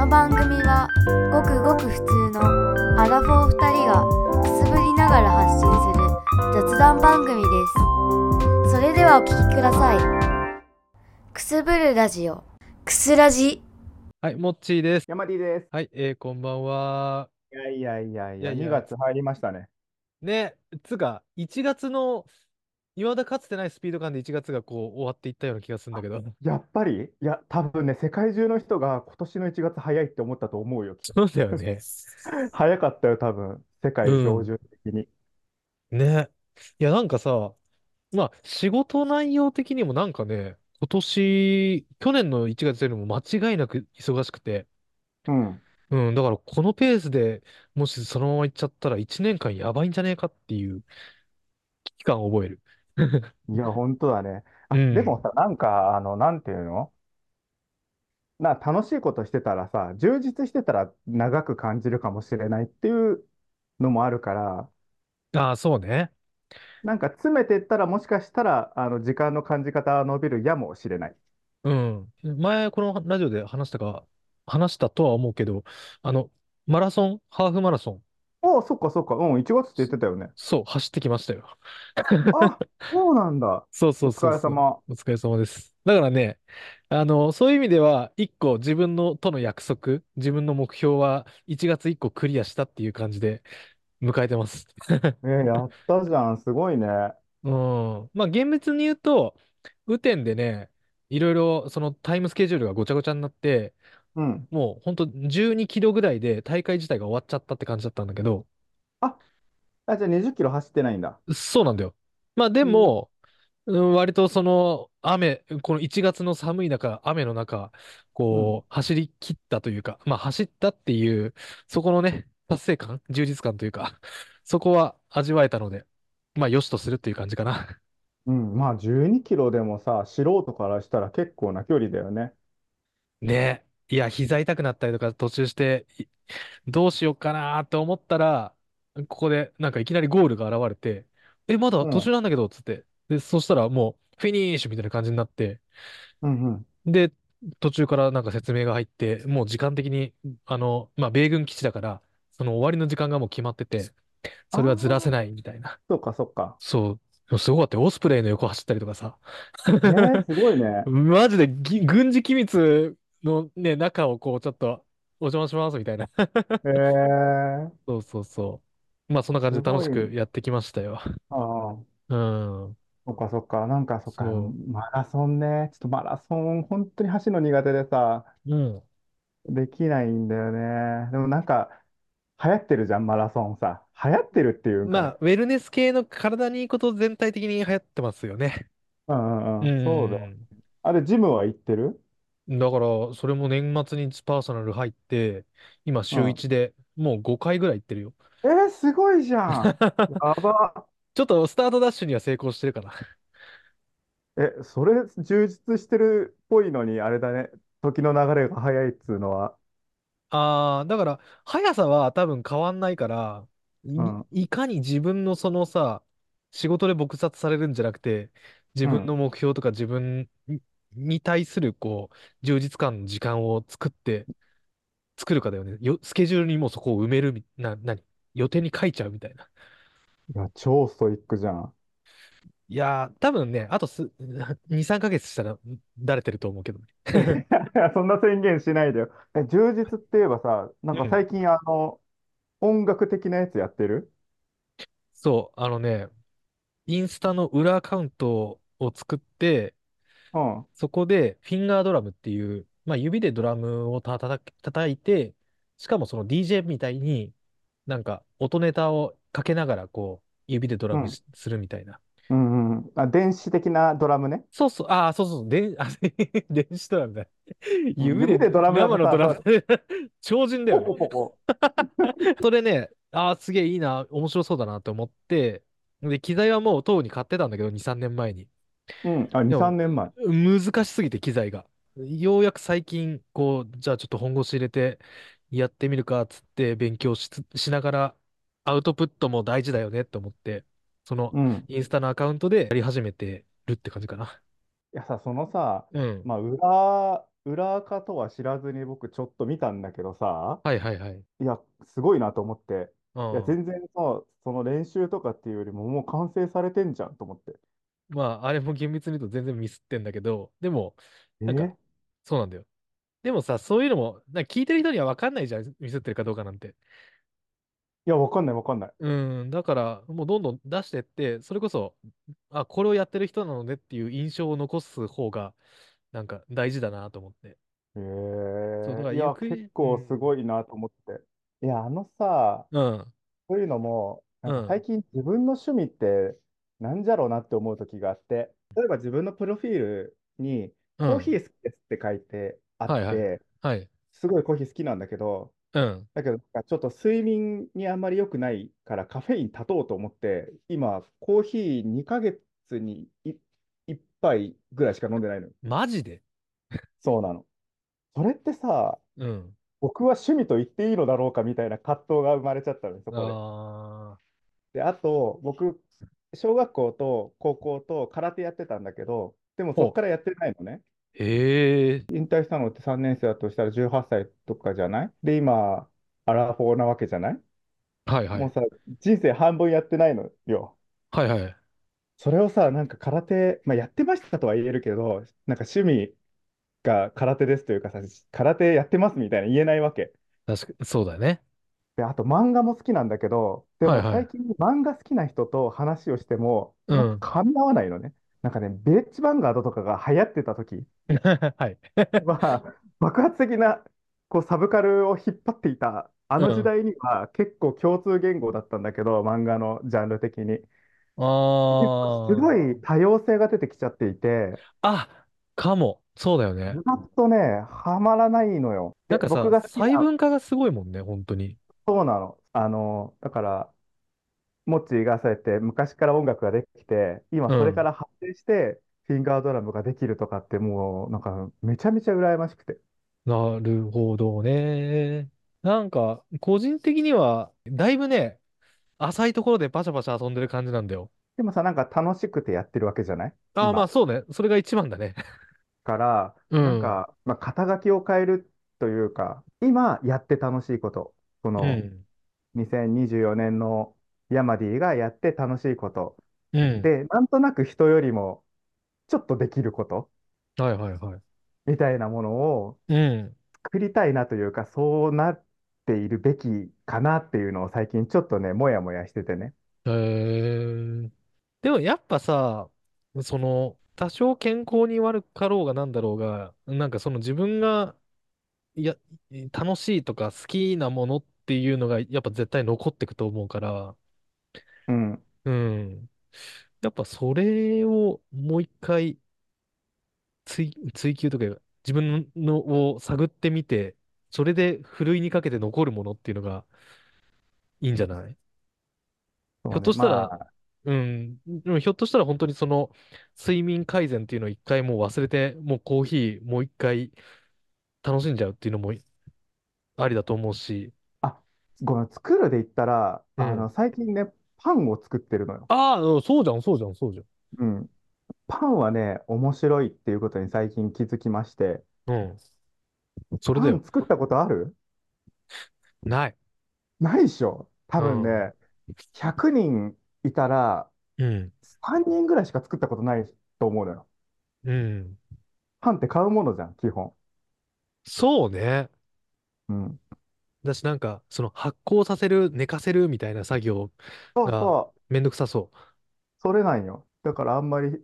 の番組はごくごく普通のアラフォー2人がくすぶりながら発信する雑談番組です。それではお聞きください。くすぶるラジオ、くすラジ。 はい、もっちーです。 山 D です。 はい、こんばんは。 いやいやいやいや、2 いやいや、 月入りましたね。 ね、つうか、1月の、未だかつてないスピード感で1月がこう終わっていったような気がするんだあ、 けど。 やっぱり多分ね、世界中の人が今年の1月早いって思ったと思うよ。 そうだよね。 早かったよ、多分。世うん。 界標準的に。 ね。いや、なんかさ、まあ、仕事内容的にもなんかね、今年、去年の1月よりも間違いなく忙しくて、 うん。 うん、だからこのペースでもしそのまま行っちゃったら1年間やばいんじゃねえかっていう危機感を覚える。 いや、本当だね。あ、でうん。 もさ、なんていうの楽しいことしてたらさ、充実してたら長く感じるかもしれないっていうのもあるから、 ああ、そうね。 詰めていったらもしかしたら、時間の感じ方は伸びるやもしれない。 うん。前、このラジオで話したとは思うけど、あの、マラソン、ハーフマラソン、 おお、そっかそっか。うん、1月って言ってたよね。 そう、走ってきましたよ。 あ、そうなんだ。 そうそうそお疲うそう。 れ様。 お疲れ様です。だからね、そういう意味では、一個自分のとの約束、自分の目標は1月1個クリアしたっていう感じで迎えてます。 やったじゃん。すごいね。 うん。まあ、厳密に言うと、雨天でね、いろいろそのタイムスケジュールがごちゃごちゃになって、 うん。 もうほんと12キロぐらいで大会自体が終わっちゃったって感じだったんだけど、 あ、じゃあ20キロ走ってないんだ。 そうなんだよ。まあでうん。 も、割とそのこの1月の寒い中、雨の中、 うん。 こう、走り切ったというか、まあ走ったっていう、そこのね、達成感、充実感というか、そこは味わえたので、まあ良しとするっていう感じかな。 うん。まあ12キロでもさ、素人からしたら結構な距離だよね。 ね。いや、膝痛くなったりとか途中して、どうしようかなーって思ったら、ここでなんかいきなりゴールが現れて、まだうん。 途中なんだけど、つって。で、そしたらもう、フィニッシュみたいな感じになって、 うん。うん。 で、途中からなんか説明が入って、もう時間的に、まあ、米軍基地だから、その終わりの時間がもう決まってて、 あそれはずらせあ、 ないみたいな。 そっかそっか。 そう。すごかったよ。オスプレイの横走ったりとかさ。 すごいね。 マジで軍事機密のね、中をこう、ちょっと、お邪魔しますみたいな。 ー、 そうそうそう。まあ、そんな感じで楽しすごい。 くやってきましたよ。 ああ、 うん。 そっかそっか。そっか。 そマラソンね。ちょっとマラソン、本当に走るの苦手でさ、 う。うん。 できないんだよね。でも流行ってるじゃん、マラソンさ。流行ってるっていうんかい。 まあ、ウェルネス系の体にいいこと全体的に流行ってますよね。 うんううんうん。そうだよ。 ん。 あれ、ジムは行ってる？ だから、それも年末にパーソナル入って、今週うん。 1でもう5回ぐらい行ってるよ。 すごいじゃん。やば。 ちょっとスタートダッシュには成功してるかな。 それ充実してるっぽいのに、あれだね。時の流れが早いっつうのは。 ああ、だから、速さは多分変わんないから、 うん。 いかに自分のそのさ、仕事で撲殺されるんじゃなくて、自うん。 分の目標とか自分に対するこう、充実感の時間を作るかだよね。スケジュールにもうそこを埋める予定に書いちゃうみたいな。 いや、超ストイックじゃん。 いやー、多分ね、あと2、3ヶ月したら、慣れてると思うけどね。 そんな宣言しないでよ。充実って言えばさ、 うん。 最近音楽的なやつやってる？ そう、インスタの裏アカウントを作って、 うん。 そこでフィンガードラムっていう、まあ指でドラムを叩いて、しかもその DJ みたいになんか音ネタをかけながらこう指でドラうん。 するみたいな。 うんうん。電子的なドラムね。 そうそう、ああ、そうそう、電子ドラムだ。 うん、 指で指でドラムだとさ、 生のドラム超人だよポね。 コポコ。 それね、ああ、すげえいいな、面白そうだなって思って、で、機材はもうとうに買ってたんだけど、2、3年前に。 うん。2、 でも、 3年前。 難しすぎて機材が。ようやく最近、こう、じゃあちょっと本腰入れてやってみるか、つって勉強しながら、アウトプットも大事だよねって思って、そのうん。 インスタのアカウントでやり始めてるって感じかな。 いやさ、そのさ、 うん。 まあ、裏垢とは知らずに僕ちょっと見たんだけどさ、 はいはいはい。 いや、すごいなと思って。いや、 うん。 全然さ、その練習とかっていうよりももう完成されてんじゃんと思って。 まあ、あれも厳密に言うと全然ミスってんだけど、でも、なんか、 えそうなんだよ。でもさ、そういうのも、聞いてる人には分かんないじゃん、ミスってるかどうかなんて。 いや、わかんないわかんない。 うん、だから、もうどんどん出してって、それこそ、あ、これをやってる人なのねっていう印象を残す方が、大事だなと思って。そう、だから、 いや、結構すごいなと思って。いや、さ、 うん、 そういうのも、なんうん、 か最近自分の趣味ってなんじゃろうなって思う時があって、例えば自分のプロフィールにうん。 コーヒー好きですって書いてあっはいはい。 て、 はい。 すごいコーヒー好きなんだけど、 うん。 だけどちょっと睡眠にあんまり良くないからカフェイン断とうと思って、今コーヒー2ヶ月に1杯ぐらいしか飲んでないのよ。 マジで？ そうなの。それってさ、 うん。 僕は趣味と言っていいのだろうかみたいな葛藤が生まれちゃったのよ、そこで。 あで、あと、僕、小学校と高校と空手やってたんだけど、でもー。お、 そっからやってないのね。 へえ。 引退したのって3年生だとしたら18歳とかじゃないで、今、アラフォーなわけじゃないはいはい。 もうさ、人生半分やってないのよ。 はいはい。 それをさ、なんか空手、まあ、やってましたとは言えるけど、なんか趣味が空手ですというかさ、空手やってますみたいな言えないわけ。 確か、そうだよね。 で、あと漫画も好きなんだけど、ではいはい。 も最近漫画好きな人と話をしても、なんかうん。 噛み合わないのね。なんかね、ベレッジヴァンガードとかが流行ってた時はい。 は、爆発的なこうサブカルを引っ張っていた、あうん。 の時代には結構共通言語だったんだけど、漫画のジャンル的に。すごあい多様性が出てきちゃっていて、 あ。あ、かも。そうだよね。 ずっとね、はまらないのよ。で、僕が好きな、 細分化がすごいもんね、本当に。 そうなの。だから、モッチーがそうやって昔から音楽ができて、今うん。 それから発展してフィンガードラムができるとかってもうなんかめちゃめちゃ羨ましくて。 なるほどね。個人的には、だいぶね、浅いところでバシャバシャ遊んでる感じなんだよ。 でもさ、なんか楽しくてやってるわけじゃないああ、まあ今。 そうね。それが一番だね。 から、 うん。 なんか、まあ、肩書きを変えるというか、今やって楽しいこと、このうん。 2024年のヤマディがやって楽しいこと。 うん。 で、なんとなく人よりもちょっとできることはいはいはい。 みたいなものをうん。 作りたいなというか、そうなっているべきかなっていうのを最近ちょっとね、もやもやしててね。 へえ。でもやっぱさ、多少健康に悪かろうがなんだろうが、その自分が、いや、楽しいとか好きなものっていうのがやっぱ絶対残っていくと思うから、 うん。 うん。やっぱそれをもう一回追求とか、自分のを探ってみて、それでふるいにかけて残るものっていうのがいいんじゃない？ひょっそうね。 としたら、 まあ、 うん、でもひょっとしたら本当にその睡眠改善っていうのを一回もう忘れて、もうコーヒーもう一回楽しんじゃうっていうのもありだと思うし、 あ、ごめん、作るで言ったら、 うん。 最近ね、パンを作ってるのよ。 ああ、うんそうじゃん、そうじゃん、そうじゃん。 うん。パンはね、面白いっていうことに最近気づきまして、 うん。それだよ。 パン作ったことあるない。 ないっしょ。多うん。 分ね、100人いたらうん。 3人ぐらいしか作ったことないと思うのよ。 うん。 パンって買うものじゃん、基本。 そうね。 うん。 だしその発酵させる、寝かせるみたいな作業そうがそう、 めんどくさそそれなんよ。だから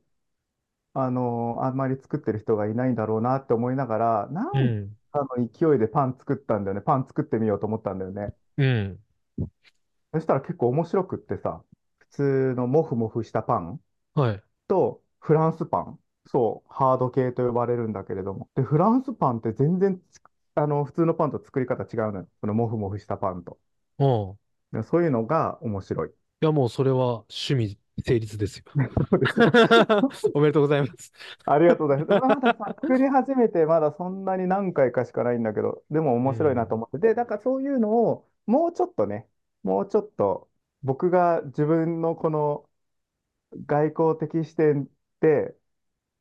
あんまり作ってる人がいないんだろうなって思いながら、なう。うんん。 かの勢いでパン作ったんだよね。パン作ってみようと思ったんだよね。 うん。 そしたら結構面白くってさ、普通のモフモフしたパンはい。 とフランスパン、そう、ハード系と呼ばれるんだけれども。で、フランスパンって全然普通のパンと作り方違うのよ。そのモフモフしたパンと。 うん。 でそういうのが面白い。 いや、もうそれは趣味成立ですよ。 そうでしょ。 おめでとうございます。 ありがとうございます。まださ、作り始めてまだそんなに何回かしかないんだけど、でも面白いなとうん。 思って。で、だからそういうのをもうちょっとね、もうちょっと僕が自分のこの外交的視点で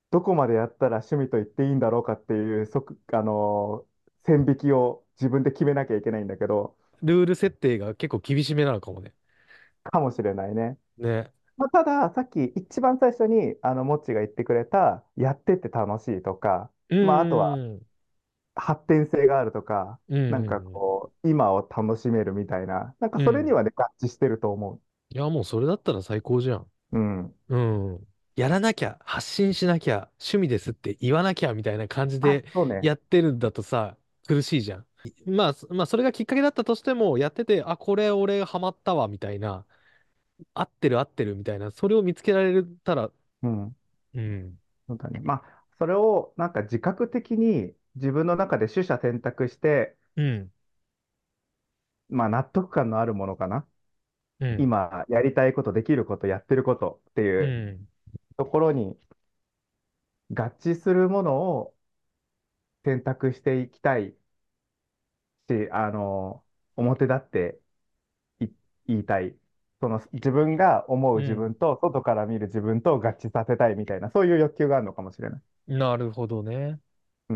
どこまでやったら趣味と言っていいんだろうかっていう、線引きを自分で決めなきゃいけないんだけど、 ルール設定が結構厳しめなのかもね。 かもしれないね。 ね。 まあ、ただ、さっき一番最初に、もっちが言ってくれた、やってて楽しいとか、 うまあ、あとは、 ーん。 発展性があるとか、 うん。 なんかうん。 こう、今を楽しめるみたいな、なんかうん。 それにはね、合致してると思いや、もうそれだったら最高じゃん。 う。うん。 うん。やらなきゃ、発信しなきゃ、趣味ですって言わなきゃみたいな感じあ、 でそうね。 やってるんだとさ、苦しいじゃん。まあ、それがきっかけだったとしても、やってて、あ、これ俺ハマったわ、みたいな、合ってる合ってるみたいな、それを見つけられたら、 うん。 うん。 そうだね。まあ、それをなんか自覚的に自分の中で取捨選択して、 うん。 まあ、納得感のあるものかな。 うん。 今、やりたいこと、できること、やってることっていううん。 ところに合致するものを選択していきたいし、表立ってい言いたい。その自分が思ううん。 自分と、外から見る自分と合致させたいみたいな、そういう欲求があるのかもしれない。 なるほどね。 うん。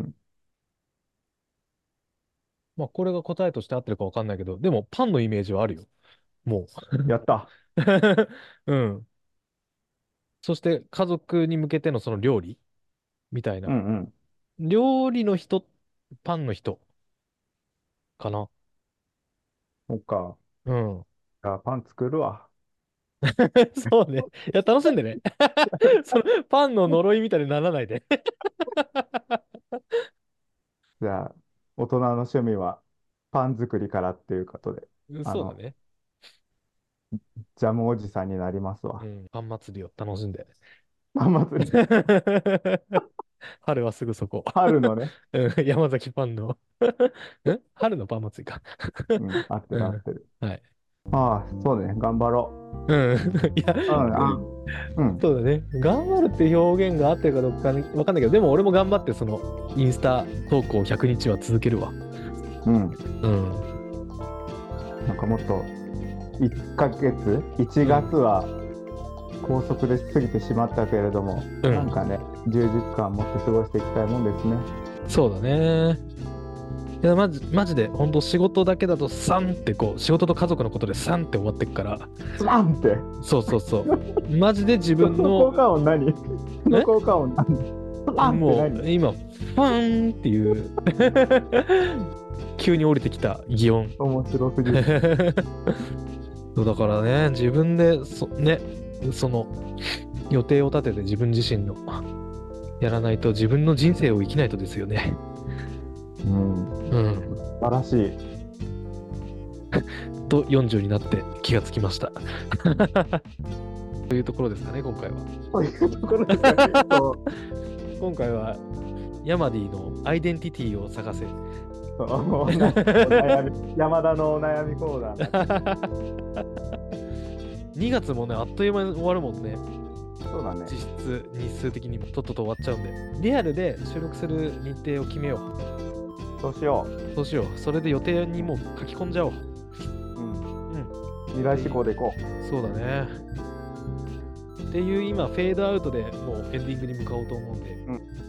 まあ、これが答えとして合ってるかわかんないけど、でも、パンのイメージはあるよ。もやった。 う。うん。そして、家族に向けてのその料理みたいな。 うんうん。 料理の人、パンの人かな。 そっか。 うん。 じゃあパン作るわ。 そうね。いや、楽しんでね。その、パンの呪いみたいにならないで。 じゃあ、大人の趣味はパン作りからっていうことで、 うん、 あの、 そうだね。 ジャムおじさんになりますわ。 うん。パン祭りを楽しんで。 パン祭り。 春はすぐそこ。 春のね。 うん、山崎パンの春のパン祭りか。 うん、合ってうん。 る合ってる。 はい。 ああ、そうね。頑張ろうん。いや、 う。うん、うん。 そうだね。頑張るって表現が合ってるかどうかわかんないけど、でも俺も頑張ってそのインスタ投稿100日は続けるわ。 うん。 うん。 なんかもっと、1ヶ月、1月は高速で過ぎてしまったけれども、 うん。 なんかね、充実感を持って過ごしていきたいもんですね。 そうだね。いや、マジで、本当仕事だけだとサンってこう、仕事と家族のことでサンって終わってくから、 スパンって。 そうそうそう。マジで自その効分の、 果音何？そのね、 効果音何？スパンってもう、 何？ 今、ファーンっていう急に降りてきた擬音。 面白すぎる。 そうだからね、自分で、その予定を立てて自分自身のやらないと自分の人生を生きないとですよね。 うん。 うん。 素晴らしい。 と40になって気がつきました。というところですかね、今回は。 というところですかね。 今回はヤマディのアイデンティティを探せ。 お悩み、山田のお悩みコーナー。 2月もね、あっという間に終わるもんね。 そうだね。 実質日数的にもとっとと終わっちゃうんで。リアルで収録する日程を決めよそうしよう。そうしよう。それで予定にもう書き込んじゃおう。 う。うん。 うん。 未来志向でいこそうだね。っていう今、フェードアウトでもうエンディングに向かおうと思うんで。 う。うん。